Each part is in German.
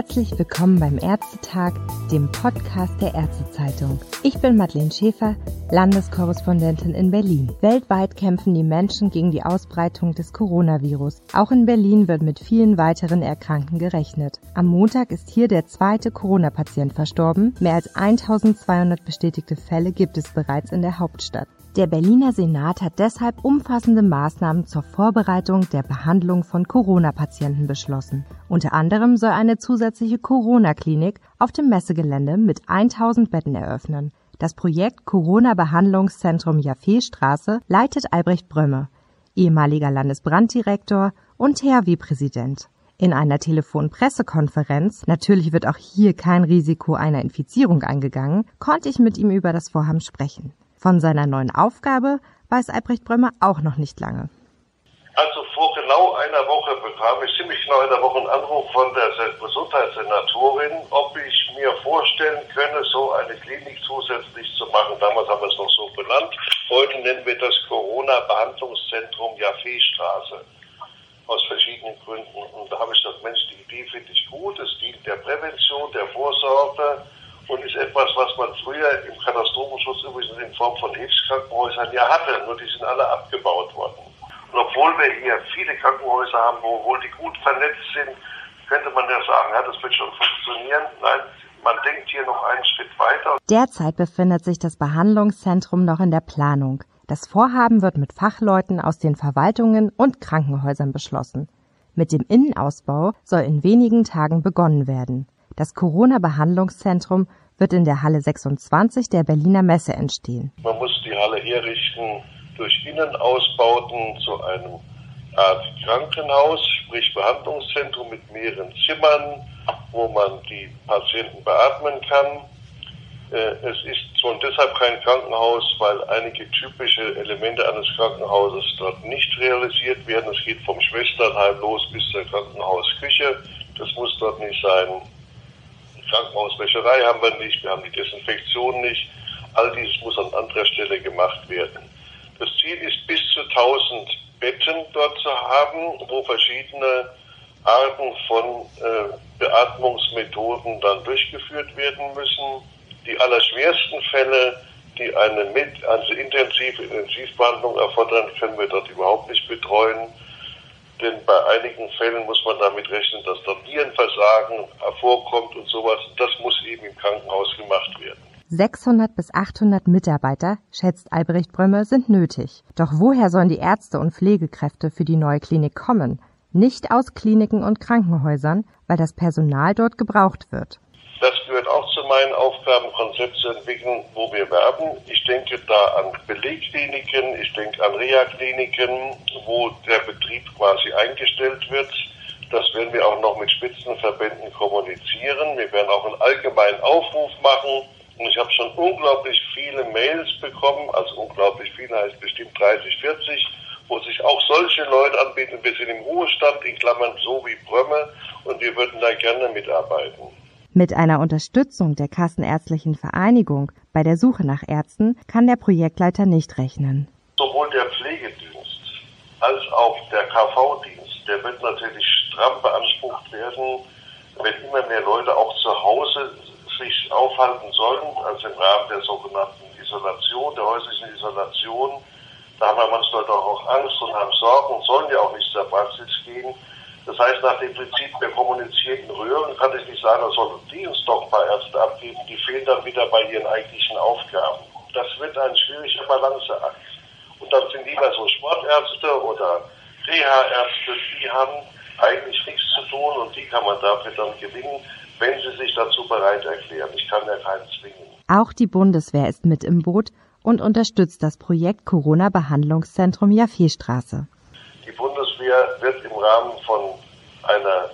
Herzlich willkommen beim Ärztetag, dem Podcast der Ärztezeitung. Ich bin Madeleine Schäfer, Landeskorrespondentin in Berlin. Weltweit kämpfen die Menschen gegen die Ausbreitung des Coronavirus. Auch in Berlin wird mit vielen weiteren Erkrankten gerechnet. Am Montag ist hier der zweite Corona-Patient verstorben. Mehr als 1200 bestätigte Fälle gibt es bereits in der Hauptstadt. Der Berliner Senat hat deshalb umfassende Maßnahmen zur Vorbereitung der Behandlung von Corona-Patienten beschlossen. Unter anderem soll eine zusätzliche Corona-Klinik auf dem Messegelände mit 1000 Betten eröffnen. Das Projekt Corona-Behandlungszentrum Jaffeestraße leitet Albrecht Brömme, ehemaliger Landesbranddirektor und THW-Präsident. In einer Telefonpressekonferenz, natürlich wird auch hier kein Risiko einer Infizierung eingegangen, konnte ich mit ihm über das Vorhaben sprechen. Von seiner neuen Aufgabe weiß Albrecht Brömme auch noch nicht lange. Also vor genau einer Woche bekam ich ziemlich genau in der Woche einen Anruf von der Gesundheitssenatorin, ob ich mir vorstellen könne, so eine Klinik zusätzlich zu machen. Damals haben wir es noch so benannt. Heute nennen wir das Corona-Behandlungszentrum Jaffeestraße. Aus verschiedenen Gründen. Und da habe ich gesagt, Mensch, die Idee finde ich gut. Es dient der Prävention, der Vorsorge. Und ist etwas, was man früher im Katastrophenschutz übrigens in Form von Hilfskrankenhäusern ja hatte, nur die sind alle abgebaut worden. Und obwohl wir hier viele Krankenhäuser haben, wo wohl die gut vernetzt sind, könnte man ja sagen, ja, das wird schon funktionieren. Nein, man denkt hier noch einen Schritt weiter. Derzeit befindet sich das Behandlungszentrum noch in der Planung. Das Vorhaben wird mit Fachleuten aus den Verwaltungen und Krankenhäusern beschlossen. Mit dem Innenausbau soll in wenigen Tagen begonnen werden. Das Corona-Behandlungszentrum wird in der Halle 26 der Berliner Messe entstehen. Man muss die Halle herrichten durch Innenausbauten zu einem Art Krankenhaus, sprich Behandlungszentrum mit mehreren Zimmern, wo man die Patienten beatmen kann. Es ist schon deshalb kein Krankenhaus, weil einige typische Elemente eines Krankenhauses dort nicht realisiert werden. Es geht vom Schwesternheim los bis zur Krankenhausküche. Das muss dort nicht sein. Krankenhauswäscherei haben wir nicht, wir haben die Desinfektion nicht. All dieses muss an anderer Stelle gemacht werden. Das Ziel ist, bis zu 1000 Betten dort zu haben, wo verschiedene Arten von Beatmungsmethoden dann durchgeführt werden müssen. Die allerschwersten Fälle, die eine intensive Intensivbehandlung erfordern, können wir dort überhaupt nicht betreuen. Denn bei einigen Fällen muss man damit rechnen, dass dort Nierenversagen hervorkommt und sowas. Das muss eben im Krankenhaus gemacht werden. 600 bis 800 Mitarbeiter, schätzt Albrecht Brömme, sind nötig. Doch woher sollen die Ärzte und Pflegekräfte für die neue Klinik kommen? Nicht aus Kliniken und Krankenhäusern, weil das Personal dort gebraucht wird. Das gehört auch zu meinen Aufgaben, Konzepte zu entwickeln, wo wir werben. Ich denke da an Belegkliniken, ich denke an Reha-Kliniken, wo der Betrieb quasi eingestellt wird. Das werden wir auch noch mit Spitzenverbänden kommunizieren. Wir werden auch einen allgemeinen Aufruf machen. Und ich habe schon unglaublich viele Mails bekommen, also unglaublich viele heißt bestimmt 30, 40, wo sich auch solche Leute anbieten. Wir sind im Ruhestand, in Klammern so wie Brömme, und wir würden da gerne mitarbeiten. Mit einer Unterstützung der Kassenärztlichen Vereinigung bei der Suche nach Ärzten kann der Projektleiter nicht rechnen. Sowohl der Pflegedienst als auch der KV-Dienst, der wird natürlich stramm beansprucht werden, wenn immer mehr Leute auch zu Hause sich aufhalten sollen, also im Rahmen der sogenannten Isolation, der häuslichen Isolation. Da haben wir manche Leute auch Angst und haben Sorgen und sollen ja auch nicht zur Praxis gehen. Das heißt, nach dem Prinzip der kommunizierten Röhren kann ich nicht sagen, da sollen die uns doch ein paar Ärzte abgeben, die fehlen dann wieder bei ihren eigentlichen Aufgaben. Das wird ein schwieriger Balanceakt. Und dann sind lieber so Sportärzte oder Reha-Ärzte, die haben eigentlich nichts zu tun und die kann man dafür dann gewinnen, wenn sie sich dazu bereit erklären. Ich kann ja keinen zwingen. Auch die Bundeswehr ist mit im Boot und unterstützt das Projekt Corona-Behandlungszentrum Jaffeestraße. Die Bundeswehr wird im Rahmen von einer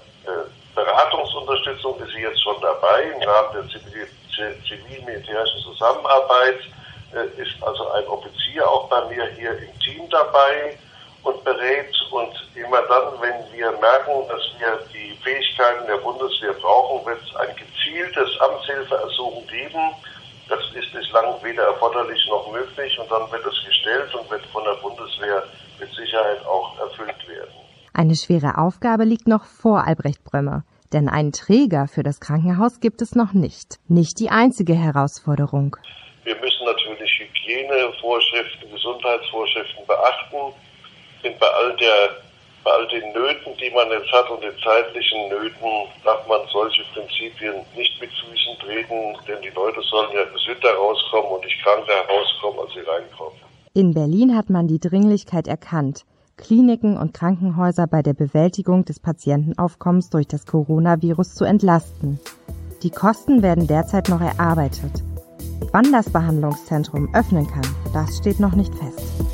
Beratungsunterstützung, ist sie jetzt schon dabei, im Rahmen der zivil-militärischen Zusammenarbeit, ist also ein Offizier auch bei mir hier im Team dabei und berät. Und immer dann, wenn wir merken, dass wir die Fähigkeiten der Bundeswehr brauchen, wird es ein gezieltes Amtshilfeersuchen geben. Das ist bislang weder erforderlich noch möglich, und dann wird es gestellt und wird von der Bundeswehr mit Sicherheit auch erfüllt werden. Eine schwere Aufgabe liegt noch vor Albrecht Brömme. Denn einen Träger für das Krankenhaus gibt es noch nicht. Nicht die einzige Herausforderung. Wir müssen natürlich Hygienevorschriften, Gesundheitsvorschriften beachten. Denn bei all den Nöten, die man jetzt hat und den zeitlichen Nöten, darf man solche Prinzipien nicht mit Füßen treten, denn die Leute sollen ja gesünder rauskommen und nicht kranker herauskommen, als sie reinkommen. In Berlin hat man die Dringlichkeit erkannt, Kliniken und Krankenhäuser bei der Bewältigung des Patientenaufkommens durch das Coronavirus zu entlasten. Die Kosten werden derzeit noch erarbeitet. Wann das Behandlungszentrum öffnen kann, das steht noch nicht fest.